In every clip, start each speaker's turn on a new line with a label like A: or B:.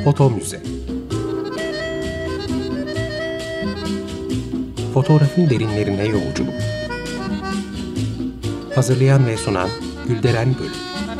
A: Foto Müze. Fotoğrafın derinlerine yolculuk. Hazırlayan ve sunan Gülderen Bölük.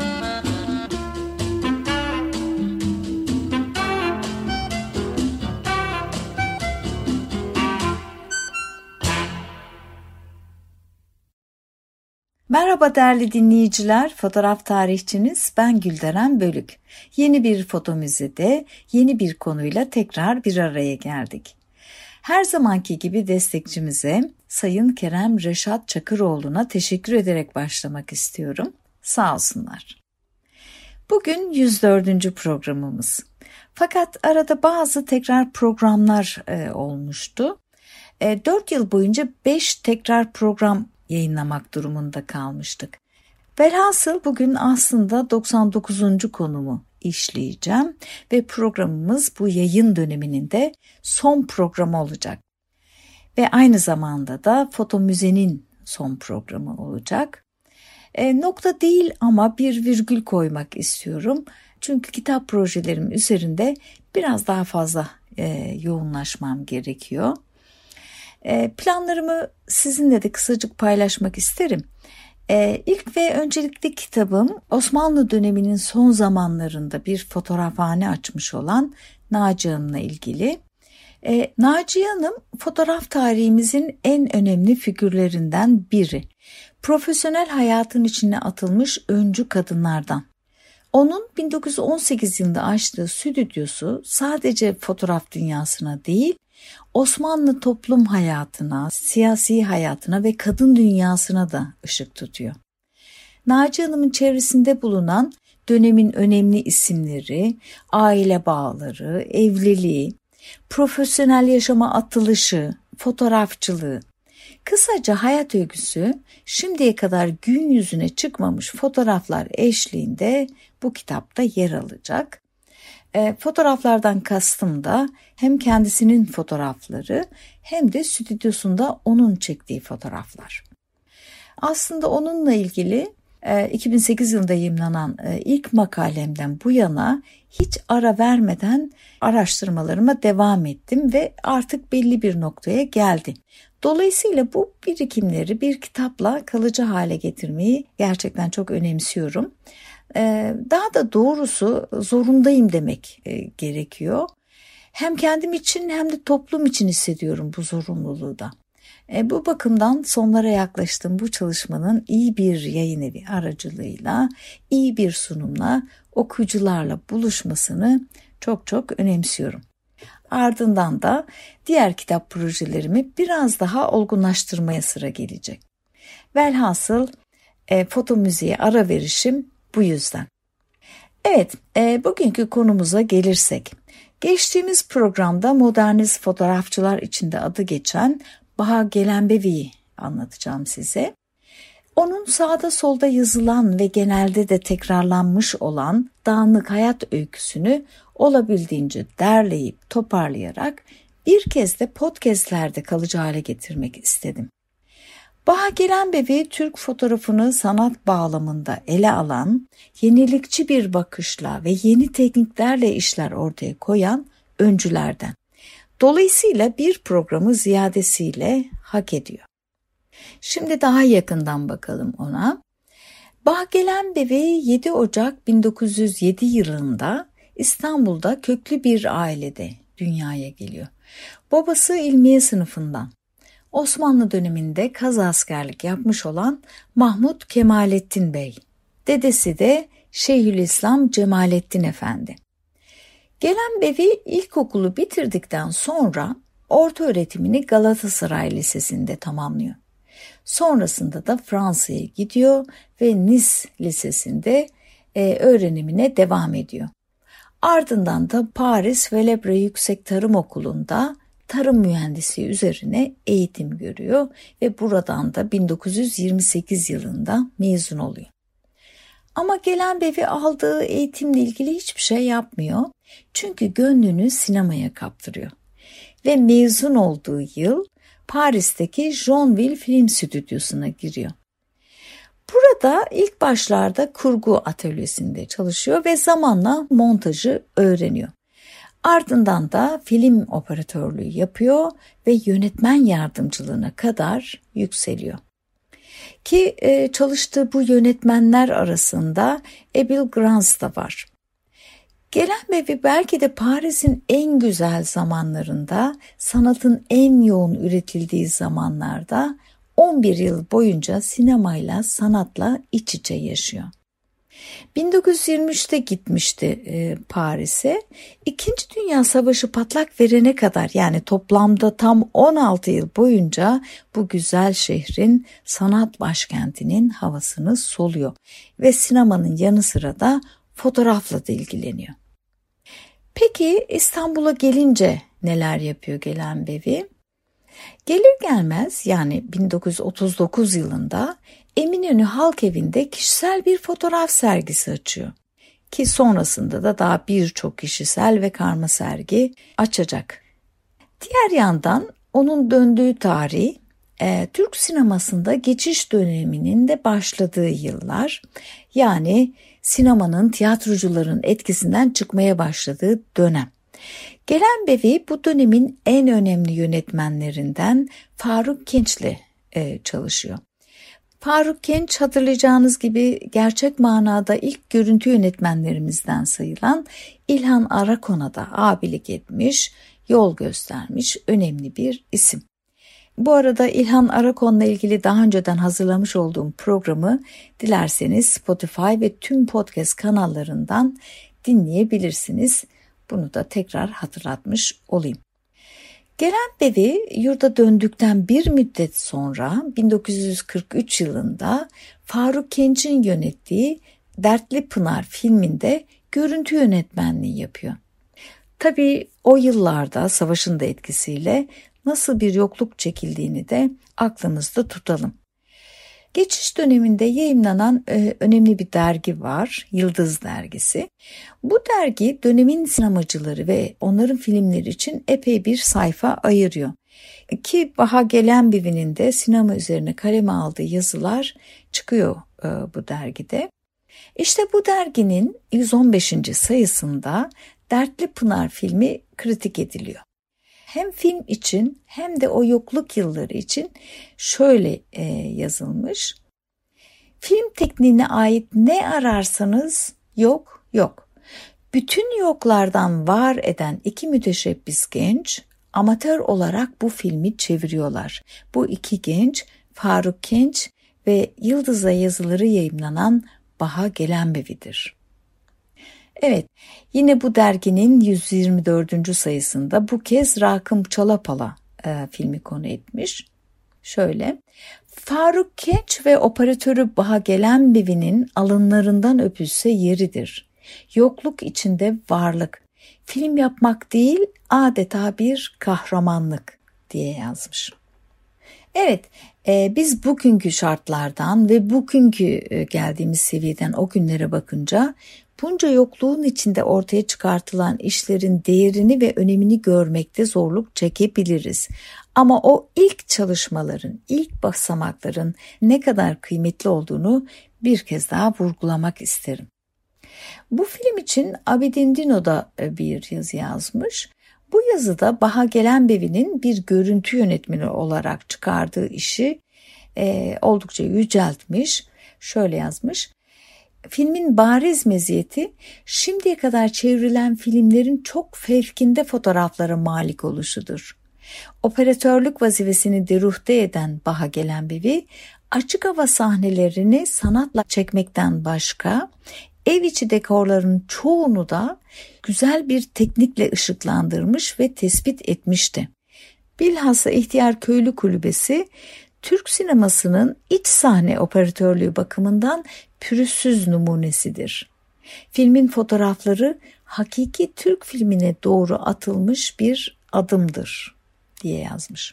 B: Merhaba değerli dinleyiciler, fotoğraf tarihçiniz ben Gülderen Bölük. Yeni bir foto müzede yeni bir konuyla tekrar bir araya geldik. Her zamanki gibi destekçimize Sayın Kerem Reşat Çakıroğlu'na teşekkür ederek başlamak istiyorum. Sağ olsunlar. Bugün 104. programımız. Fakat arada bazı tekrar programlar olmuştu. 4 yıl boyunca 5 tekrar program yayınlamak durumunda kalmıştık. Velhasıl bugün aslında 99. konumu işleyeceğim ve programımız bu yayın döneminin de son programı olacak. Ve aynı zamanda da Foto Müze'nin son programı olacak. Nokta değil ama bir virgül koymak istiyorum. Çünkü kitap projelerim üzerinde biraz daha fazla yoğunlaşmam gerekiyor. Planlarımı sizinle de kısacık paylaşmak isterim. İlk ve öncelikli kitabım Osmanlı döneminin son zamanlarında bir fotoğrafhane açmış olan Naciye Hanım'la ilgili. Naciye Hanım fotoğraf tarihimizin en önemli figürlerinden biri. Profesyonel hayatın içine atılmış öncü kadınlardan. Onun 1918 yılında açtığı stüdyosu sadece fotoğraf dünyasına değil, Osmanlı toplum hayatına, siyasi hayatına ve kadın dünyasına da ışık tutuyor. Naciye Hanım'ın çevresinde bulunan dönemin önemli isimleri, aile bağları, evliliği, profesyonel yaşama atılışı, fotoğrafçılığı, kısaca hayat öyküsü şimdiye kadar gün yüzüne çıkmamış fotoğraflar eşliğinde bu kitapta yer alacak. Fotoğraflardan kastım da hem kendisinin fotoğrafları hem de stüdyosunda onun çektiği fotoğraflar. Aslında onunla ilgili 2008 yılında yayımlanan ilk makalemden bu yana hiç ara vermeden araştırmalarıma devam ettim ve artık belli bir noktaya geldi. Dolayısıyla bu birikimleri bir kitapla kalıcı hale getirmeyi gerçekten çok önemsiyorum. Daha da doğrusu zorundayım demek gerekiyor. Hem kendim için hem de toplum için hissediyorum bu zorunluluğu da. Bu bakımdan sonlara yaklaştığım bu çalışmanın iyi bir yayın evi aracılığıyla, iyi bir sunumla, okuyucularla buluşmasını çok çok önemsiyorum. Ardından da diğer kitap projelerimi biraz daha olgunlaştırmaya sıra gelecek. Velhasıl foto müziğe ara verişim bu yüzden. Evet, bugünkü konumuza gelirsek. Geçtiğimiz programda modernist fotoğrafçılar içinde adı geçen Baha Gelenbevi'yi anlatacağım size. Onun sağda solda yazılan ve genelde de tekrarlanmış olan dağınık hayat öyküsünü olabildiğince derleyip toparlayarak bir kez de podcastlerde kalıcı hale getirmek istedim. Baha Gelenbevi Türk fotoğrafını sanat bağlamında ele alan, yenilikçi bir bakışla ve yeni tekniklerle işler ortaya koyan öncülerden. Dolayısıyla bir programı ziyadesiyle hak ediyor. Şimdi daha yakından bakalım ona. Baha Gelenbevi 7 Ocak 1907 yılında İstanbul'da köklü bir ailede dünyaya geliyor. Babası ilmiye sınıfından. Osmanlı döneminde kazaskerlik yapmış olan Mahmud Kemalettin Bey. Dedesi de Şeyhülislam Cemalettin Efendi. Gelenbevi ilkokulu bitirdikten sonra ortaöğretimini Galatasaray Lisesi'nde tamamlıyor. Sonrasında da Fransa'ya gidiyor ve Nice Lisesi'nde öğrenimine devam ediyor. Ardından da Paris Velebre Yüksek Tarım Okulu'nda tarım mühendisliği üzerine eğitim görüyor ve buradan da 1928 yılında mezun oluyor. Ama Gelenbevi aldığı eğitimle ilgili hiçbir şey yapmıyor. Çünkü gönlünü sinemaya kaptırıyor. Ve mezun olduğu yıl Paris'teki Joinville Film Stüdyosu'na giriyor. Burada ilk başlarda kurgu atölyesinde çalışıyor ve zamanla montajı öğreniyor. Ardından da film operatörlüğü yapıyor ve yönetmen yardımcılığına kadar yükseliyor. Ki çalıştığı bu yönetmenler arasında Abel Gance da var. Gelenbevi belki de Paris'in en güzel zamanlarında, sanatın en yoğun üretildiği zamanlarda 11 yıl boyunca sinemayla, sanatla iç içe yaşıyor. 1923'te gitmişti Paris'e. İkinci Dünya Savaşı patlak verene kadar, yani toplamda tam 16 yıl boyunca bu güzel şehrin sanat başkentinin havasını soluyor ve sinemanın yanı sıra da fotoğrafla da ilgileniyor. Peki İstanbul'a gelince neler yapıyor Gelenbevi? Gelir gelmez, yani 1939 yılında Eminönü Halk Evi'nde kişisel bir fotoğraf sergisi açıyor. Ki sonrasında da daha birçok kişisel ve karma sergi açacak. Diğer yandan onun döndüğü tarih, Türk sinemasında geçiş döneminin de başladığı yıllar, yani sinemanın tiyatrocuların etkisinden çıkmaya başladığı dönem. Gelenbevi bu dönemin en önemli yönetmenlerinden Faruk Genç'le çalışıyor. Faruk Genç, hatırlayacağınız gibi gerçek manada ilk görüntü yönetmenlerimizden sayılan İlhan Arakon'a da abilik etmiş, yol göstermiş önemli bir isim. Bu arada İlhan Arakon'la ilgili daha önceden hazırlamış olduğum programı dilerseniz Spotify ve tüm podcast kanallarından dinleyebilirsiniz. Bunu da tekrar hatırlatmış olayım. Gelenbevi yurda döndükten bir müddet sonra 1943 yılında Faruk Genç'in yönettiği Dertli Pınar filminde görüntü yönetmenliği yapıyor. Tabii o yıllarda savaşın da etkisiyle nasıl bir yokluk çekildiğini de aklımızda tutalım. Geçiş döneminde yayımlanan önemli bir dergi var, Yıldız Dergisi. Bu dergi dönemin sinemacıları ve onların filmleri için epey bir sayfa ayırıyor. Ki Baha Gelenbevi'nin de sinema üzerine kaleme aldığı yazılar çıkıyor bu dergide. İşte bu derginin 115. sayısında Dertli Pınar filmi kritik ediliyor. Hem film için hem de o yokluk yılları için şöyle yazılmış. Film tekniğine ait ne ararsanız yok. Bütün yoklardan var eden iki müteşebbis genç amatör olarak bu filmi çeviriyorlar. Bu iki genç Faruk Genç ve Yıldız'a yazıları yayımlanan Baha Gelenbevi'dir. Evet, yine bu derginin 124. sayısında bu kez Rakım Çalapala filmi konu etmiş. Şöyle, Faruk Genç ve operatörü Baha Gelenbevi'nin alınlarından öpülse yeridir. Yokluk içinde varlık, film yapmak değil adeta bir kahramanlık diye yazmış. Evet, biz bugünkü şartlardan ve bugünkü geldiğimiz seviyeden o günlere bakınca bunca yokluğun içinde ortaya çıkartılan işlerin değerini ve önemini görmekte zorluk çekebiliriz. Ama o ilk çalışmaların, ilk basamakların ne kadar kıymetli olduğunu bir kez daha vurgulamak isterim. Bu film için Abidin Dino da bir yazı yazmış. Bu yazıda Baha Gelenbevi'nin bir görüntü yönetmeni olarak çıkardığı işi oldukça yüceltmiş. Şöyle yazmış. Filmin bariz meziyeti şimdiye kadar çevrilen filmlerin çok fevkinde fotoğraflara malik oluşudur. Operatörlük vazifesini deruhte eden Baha Gelenbevi, açık hava sahnelerini sanatla çekmekten başka ev içi dekorların çoğunu da güzel bir teknikle ışıklandırmış ve tespit etmişti. Bilhassa İhtiyar Köylü Kulübesi, Türk sinemasının iç sahne operatörlüğü bakımından pürüzsüz numunesidir. Filmin fotoğrafları hakiki Türk filmine doğru atılmış bir adımdır diye yazmış.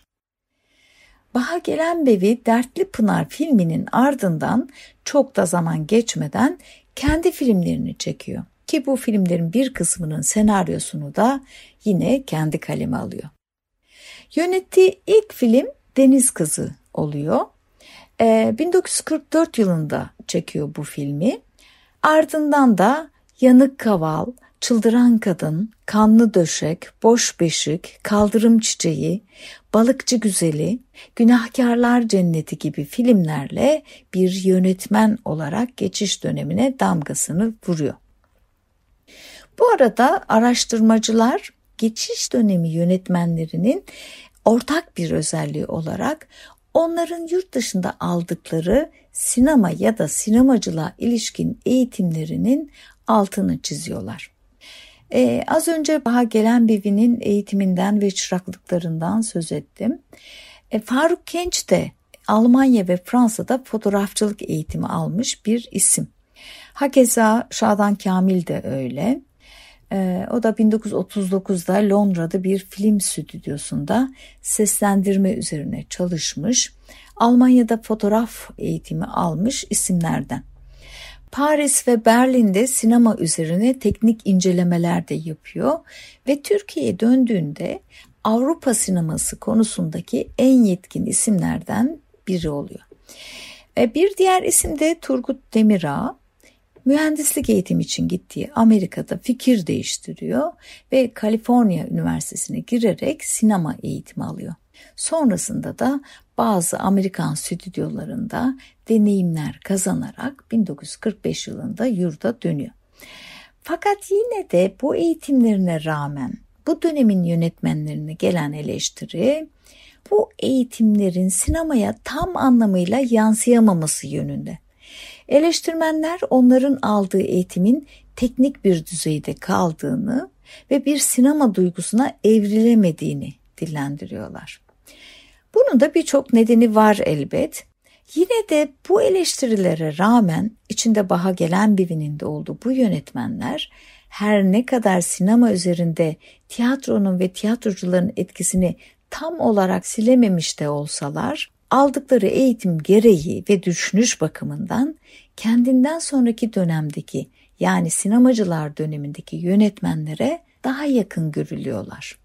B: Baha Gelenbevi Dertli Pınar filminin ardından çok da zaman geçmeden kendi filmlerini çekiyor. Ki bu filmlerin bir kısmının senaryosunu da yine kendi kaleme alıyor. Yönettiği ilk film Deniz Kızı oluyor. 1944 yılında çekiyor bu filmi. Ardından da Yanık Kaval, Çıldıran Kadın, Kanlı Döşek, Boş Beşik, Kaldırım Çiçeği, Balıkçı Güzeli, Günahkarlar Cenneti gibi filmlerle bir yönetmen olarak geçiş dönemine damgasını vuruyor. Bu arada araştırmacılar geçiş dönemi yönetmenlerinin ortak bir özelliği olarak onların yurt dışında aldıkları sinema ya da sinemacılığa ilişkin eğitimlerinin altını çiziyorlar. Az önce Baha Gelenbevi'nin eğitiminden ve çıraklıklarından söz ettim. Faruk Genç de Almanya ve Fransa'da fotoğrafçılık eğitimi almış bir isim. Hakeza Şadan Kamil de öyle. O da 1939'da Londra'da bir film stüdyosunda seslendirme üzerine çalışmış. Almanya'da fotoğraf eğitimi almış isimlerden. Paris ve Berlin'de sinema üzerine teknik incelemeler de yapıyor ve Türkiye'ye döndüğünde Avrupa sineması konusundaki en yetkin isimlerden biri oluyor. Bir diğer isim de Turgut Demirağ. Mühendislik eğitimi için gittiği Amerika'da fikir değiştiriyor ve Kaliforniya Üniversitesi'ne girerek sinema eğitimi alıyor. Sonrasında da bazı Amerikan stüdyolarında deneyimler kazanarak 1945 yılında yurda dönüyor. Fakat yine de bu eğitimlerine rağmen bu dönemin yönetmenlerine gelen eleştiri bu eğitimlerin sinemaya tam anlamıyla yansıyamaması yönünde. Eleştirmenler onların aldığı eğitimin teknik bir düzeyde kaldığını ve bir sinema duygusuna evrilemediğini dillendiriyorlar. Bunun da birçok nedeni var elbet. Yine de bu eleştirilere rağmen içinde Baha Gelenbevi'nin de olduğu bu yönetmenler her ne kadar sinema üzerinde tiyatronun ve tiyatrocuların etkisini tam olarak silememiş de olsalar, aldıkları eğitim gereği ve düşünüş bakımından kendinden sonraki dönemdeki yani sinemacılar dönemindeki yönetmenlere daha yakın görülüyorlar.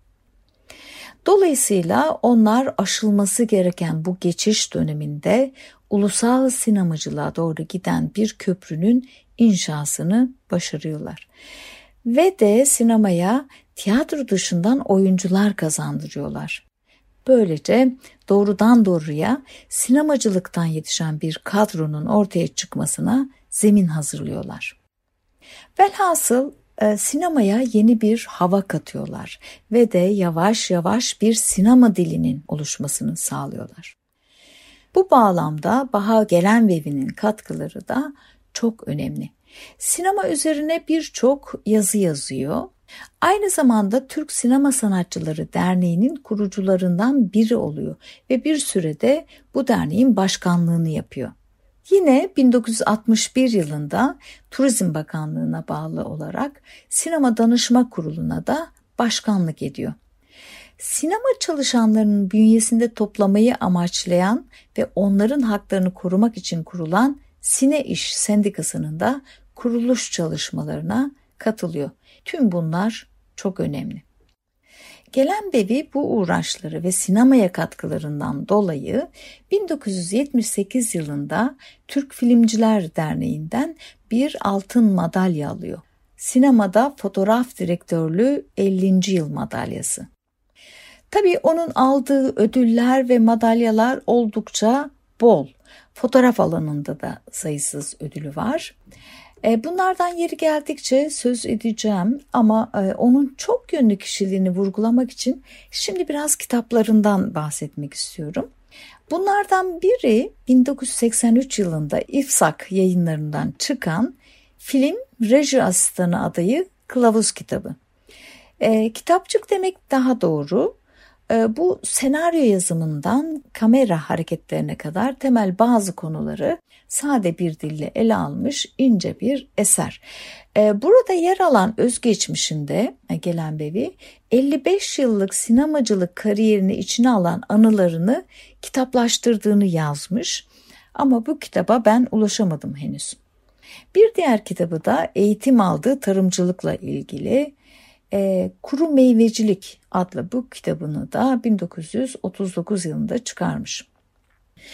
B: Dolayısıyla onlar aşılması gereken bu geçiş döneminde ulusal sinemacılığa doğru giden bir köprünün inşasını başarıyorlar. Ve de sinemaya tiyatro dışından oyuncular kazandırıyorlar. Böylece doğrudan doğruya sinemacılıktan yetişen bir kadronun ortaya çıkmasına zemin hazırlıyorlar. Velhasıl sinemaya yeni bir hava katıyorlar ve de yavaş yavaş bir sinema dilinin oluşmasını sağlıyorlar. Bu bağlamda Baha Gelenbevi'nin katkıları da çok önemli. Sinema üzerine birçok yazı yazıyor. Aynı zamanda Türk Sinema Sanatçıları Derneği'nin kurucularından biri oluyor ve bir sürede bu derneğin başkanlığını yapıyor. Yine 1961 yılında Turizm Bakanlığı'na bağlı olarak Sinema Danışma Kurulu'na da başkanlık ediyor. Sinema çalışanlarının bünyesinde toplamayı amaçlayan ve onların haklarını korumak için kurulan Sine İş Sendikası'nın da kuruluş çalışmalarına katılıyor. Tüm bunlar çok önemli. Gelenbevi bu uğraşları ve sinemaya katkılarından dolayı 1978 yılında Türk Filmciler Derneği'nden bir altın madalya alıyor. Sinemada fotoğraf direktörlüğü 50. yıl madalyası. Tabii onun aldığı ödüller ve madalyalar oldukça bol. Fotoğraf alanında da sayısız ödülü var. Bunlardan yeri geldikçe söz edeceğim ama onun çok yönlü kişiliğini vurgulamak için şimdi biraz kitaplarından bahsetmek istiyorum. Bunlardan biri 1983 yılında İFSAK yayınlarından çıkan Film Reji Asistanı adayı kılavuz kitabı. Kitapçık demek daha doğru. Bu senaryo yazımından kamera hareketlerine kadar temel bazı konuları sade bir dille ele almış ince bir eser. Burada yer alan özgeçmişinde Gelenbevi 55 yıllık sinemacılık kariyerini içine alan anılarını kitaplaştırdığını yazmış ama bu kitaba ben ulaşamadım henüz. Bir diğer kitabı da eğitim aldığı tarımcılıkla ilgili Kuru Meyvecilik adlı bu kitabını da 1939 yılında çıkarmış.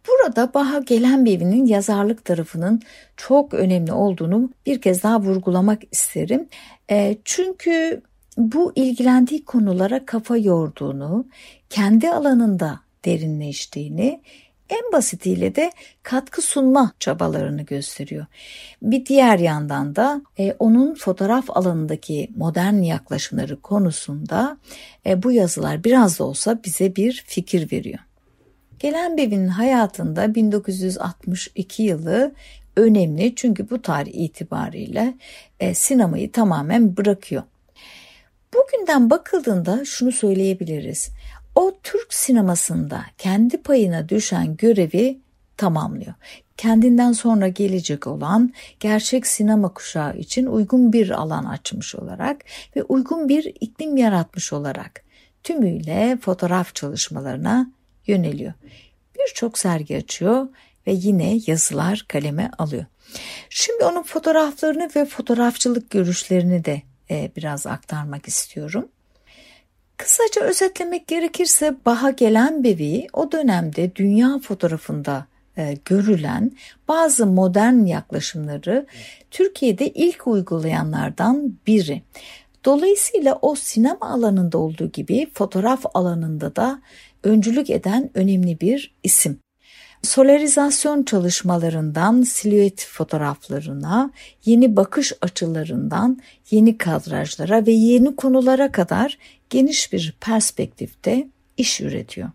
B: Burada Baha Gelenbevi'nin yazarlık tarafının çok önemli olduğunu bir kez daha vurgulamak isterim. Çünkü bu ilgilendiği konulara kafa yorduğunu, kendi alanında derinleştiğini, en basitiyle de katkı sunma çabalarını gösteriyor. Bir diğer yandan da onun fotoğraf alanındaki modern yaklaşımları konusunda bu yazılar biraz da olsa bize bir fikir veriyor. Gelenbevi'nin hayatında 1962 yılı önemli çünkü bu tarih itibariyle sinemayı tamamen bırakıyor. Bugünden bakıldığında şunu söyleyebiliriz. O Türk sinemasında kendi payına düşen görevi tamamlıyor. Kendinden sonra gelecek olan gerçek sinema kuşağı için uygun bir alan açmış olarak ve uygun bir iklim yaratmış olarak tümüyle fotoğraf çalışmalarına yöneliyor. Birçok sergi açıyor ve yine yazılar kaleme alıyor. Şimdi onun fotoğraflarını ve fotoğrafçılık görüşlerini de biraz aktarmak istiyorum. Kısaca özetlemek gerekirse Baha Gelenbevi o dönemde dünya fotoğrafında görülen bazı modern yaklaşımları Türkiye'de ilk uygulayanlardan biri. Dolayısıyla o sinema alanında olduğu gibi fotoğraf alanında da öncülük eden önemli bir isim. Solarizasyon çalışmalarından silüet fotoğraflarına, yeni bakış açılarından yeni kadrajlara ve yeni konulara kadar geniş bir perspektifte iş üretiyor.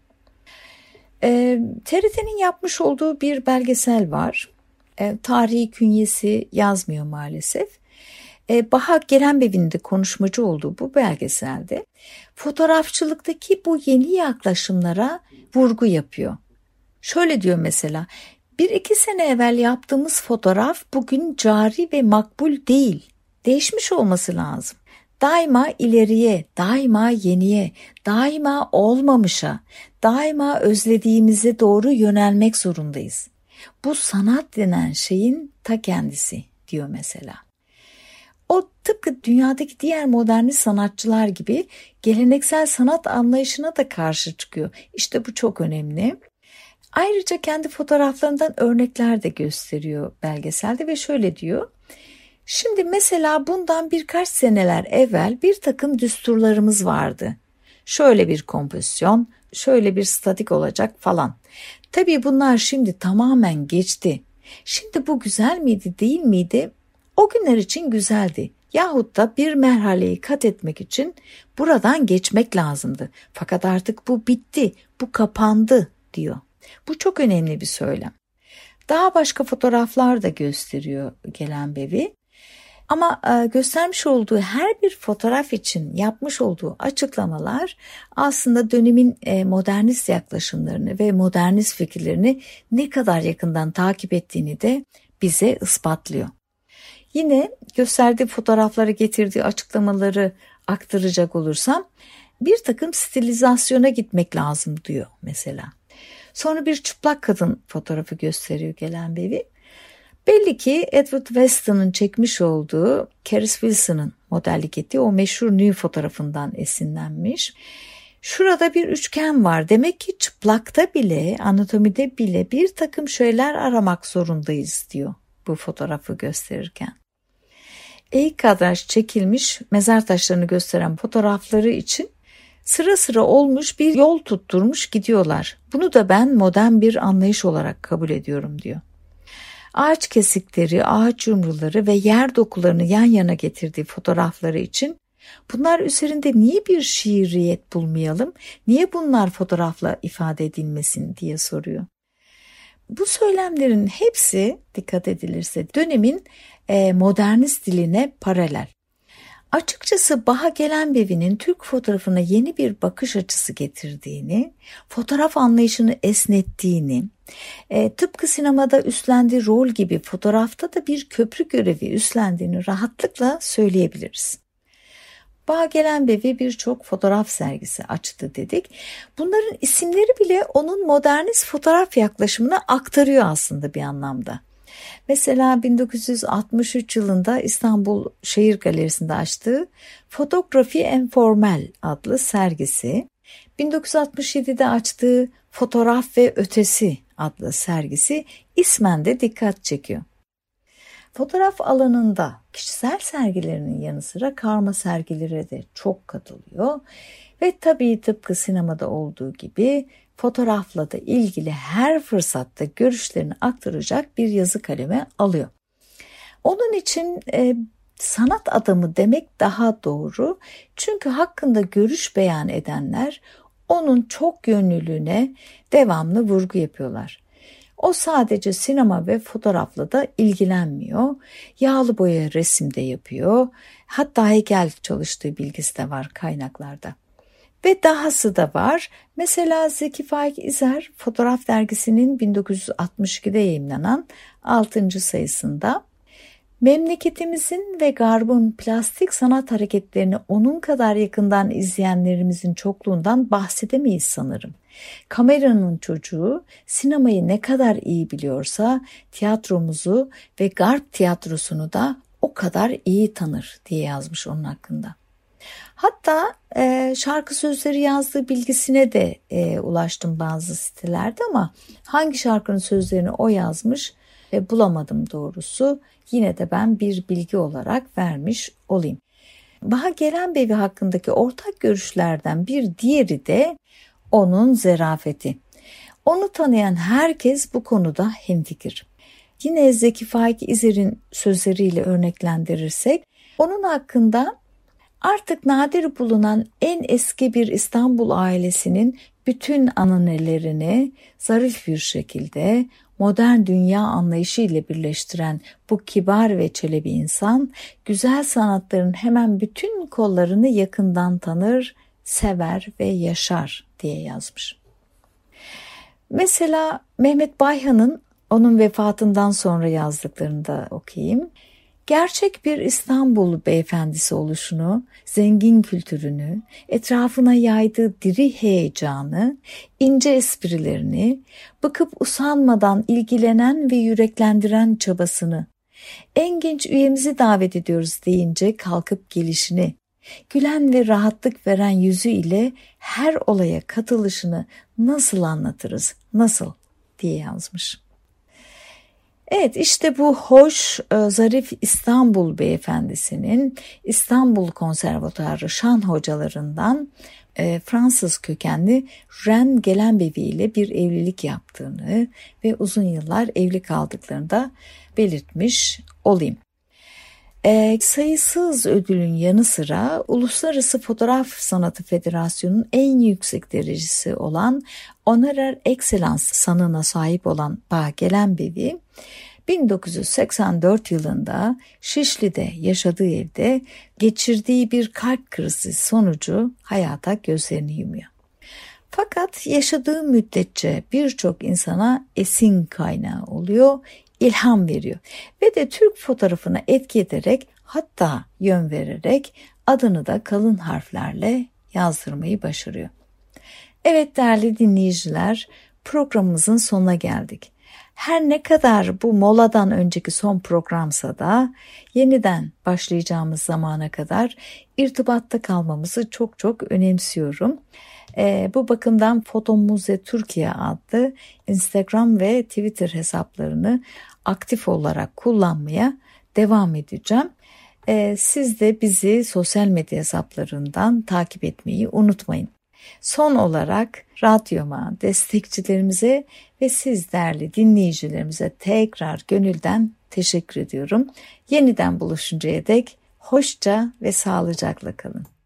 B: TRT'nin yapmış olduğu bir belgesel var. Tarihi künyesi yazmıyor maalesef. Baha Gelenbevi'nin de konuşmacı olduğu bu belgeselde fotoğrafçılıktaki bu yeni yaklaşımlara vurgu yapıyor. Şöyle diyor mesela, 1-2 sene evvel yaptığımız fotoğraf bugün cari ve makbul değil. Değişmiş olması lazım. Daima ileriye, daima yeniye, daima olmamışa, daima özlediğimize doğru yönelmek zorundayız. Bu sanat denen şeyin ta kendisi diyor mesela. O tıpkı dünyadaki diğer modernist sanatçılar gibi geleneksel sanat anlayışına da karşı çıkıyor. İşte bu çok önemli. Ayrıca kendi fotoğraflarından örnekler de gösteriyor belgeselde ve şöyle diyor. Şimdi mesela bundan birkaç seneler evvel bir takım düsturlarımız vardı. Şöyle bir kompozisyon, şöyle bir statik olacak falan. Tabii bunlar şimdi tamamen geçti. Şimdi bu güzel miydi, değil miydi? O günler için güzeldi. Yahut da bir merhaleyi kat etmek için buradan geçmek lazımdı. Fakat artık bu bitti, bu kapandı diyor. Bu çok önemli bir söylem. Daha başka fotoğraflar da gösteriyor Gelenbevi. Ama göstermiş olduğu her bir fotoğraf için yapmış olduğu açıklamalar aslında dönemin modernist yaklaşımlarını ve modernist fikirlerini ne kadar yakından takip ettiğini de bize ispatlıyor. Yine gösterdiği fotoğraflara getirdiği açıklamaları aktaracak olursam bir takım stilizasyona gitmek lazım diyor mesela. Sonra bir çıplak kadın fotoğrafı gösteriyor Gelenbevi. Belli ki Edward Weston'ın çekmiş olduğu Caris Wilson'ın modellik ettiği o meşhur nü fotoğrafından esinlenmiş. Şurada bir üçgen var. Demek ki çıplakta bile, anatomide bile bir takım şeyler aramak zorundayız diyor bu fotoğrafı gösterirken. İlk kadraj çekilmiş mezar taşlarını gösteren fotoğrafları için sıra sıra olmuş bir yol tutturmuş gidiyorlar. Bunu da ben modern bir anlayış olarak kabul ediyorum diyor. Ağaç kesikleri, ağaç yumruları ve yer dokularını yan yana getirdiği fotoğrafları için bunlar üzerinde niye bir şiiriyet bulmayalım, niye bunlar fotoğrafla ifade edilmesin diye soruyor. Bu söylemlerin hepsi dikkat edilirse dönemin modernist diline paralel. Açıkçası Baha Gelenbevi'nin Türk fotoğrafına yeni bir bakış açısı getirdiğini, fotoğraf anlayışını esnettiğini, tıpkı sinemada üstlendiği rol gibi fotoğrafta da bir köprü görevi üstlendiğini rahatlıkla söyleyebiliriz. Baha Gelenbevi birçok fotoğraf sergisi açtı dedik. Bunların isimleri bile onun modernist fotoğraf yaklaşımını aktarıyor aslında bir anlamda. Mesela 1963 yılında İstanbul Şehir Galerisi'nde açtığı Fotografi Informel adlı sergisi, 1967'de açtığı Fotoğraf ve Ötesi adlı sergisi ismen de dikkat çekiyor. Fotoğraf alanında kişisel sergilerinin yanı sıra karma sergilere de çok katılıyor ve tabii tıpkı sinemada olduğu gibi fotoğrafla da ilgili her fırsatta görüşlerini aktaracak bir yazı kaleme alıyor. Onun için sanat adamı demek daha doğru, çünkü hakkında görüş beyan edenler onun çok yönlülüğüne devamlı vurgu yapıyorlar. O sadece sinema ve fotoğrafla da ilgilenmiyor. Yağlı boya resim de yapıyor. Hatta heykel çalıştığı bilgisi de var kaynaklarda. Ve dahası da var. Mesela Zeki Faik İzer Fotoğraf Dergisi'nin 1962'de yayımlanan 6. sayısında memleketimizin ve Garb'ın plastik sanat hareketlerini onun kadar yakından izleyenlerimizin çokluğundan bahsedemeyiz sanırım. Kameranın çocuğu sinemayı ne kadar iyi biliyorsa tiyatromuzu ve Garp tiyatrosunu da o kadar iyi tanır diye yazmış onun hakkında. Hatta şarkı sözleri yazdığı bilgisine de ulaştım bazı sitelerde ama hangi şarkının sözlerini o yazmış bulamadım doğrusu. Yine de ben bir bilgi olarak vermiş olayım. Baha Gelenbevi hakkındaki ortak görüşlerden bir diğeri de onun zerafeti. Onu tanıyan herkes bu konuda hemfikir. Yine Zeki Faik İzer'in sözleriyle örneklendirirsek, onun hakkında artık nadir bulunan en eski bir İstanbul ailesinin bütün ananelerini zarif bir şekilde modern dünya anlayışı ile birleştiren bu kibar ve çelebi insan, güzel sanatların hemen bütün kollarını yakından tanır, sever ve yaşar diye yazmış. Mesela Mehmet Bayhan'ın onun vefatından sonra yazdıklarını da okuyayım. Gerçek bir İstanbul beyefendisi oluşunu, zengin kültürünü, etrafına yaydığı diri heyecanı, ince esprilerini, bıkıp usanmadan ilgilenen ve yüreklendiren çabasını, en genç üyemizi davet ediyoruz deyince kalkıp gelişini, gülen ve rahatlık veren yüzü ile her olaya katılışını nasıl anlatırız, nasıl diye yazmış. Evet, işte bu hoş, zarif İstanbul beyefendisinin İstanbul Konservatuarı şan hocalarından Fransız kökenli Ren Gelenbevi ile bir evlilik yaptığını ve uzun yıllar evli kaldıklarını da belirtmiş olayım. Sayısız ödülün yanı sıra Uluslararası Fotoğraf Sanatı Federasyonu'nun en yüksek derecesi olan Honorer Excellence sanına sahip olan Baha Gelenbevi, 1984 yılında Şişli'de yaşadığı evde geçirdiği bir kalp krizi sonucu hayata gözlerini yumuyor. Fakat yaşadığı müddetçe birçok insana esin kaynağı oluyor, ilham veriyor ve de Türk fotoğrafına etki ederek, hatta yön vererek adını da kalın harflerle yazdırmayı başarıyor. Evet değerli dinleyiciler, programımızın sonuna geldik. Her ne kadar bu moladan önceki son programsa da yeniden başlayacağımız zamana kadar irtibatta kalmamızı çok çok önemsiyorum. Bu bakımdan Foto Muze Türkiye adlı Instagram ve Twitter hesaplarını aktif olarak kullanmaya devam edeceğim. Siz de bizi sosyal medya hesaplarından takip etmeyi unutmayın. Son olarak radyoma, destekçilerimize ve siz değerli dinleyicilerimize tekrar gönülden teşekkür ediyorum. Yeniden buluşuncaya dek hoşça ve sağlıcakla kalın.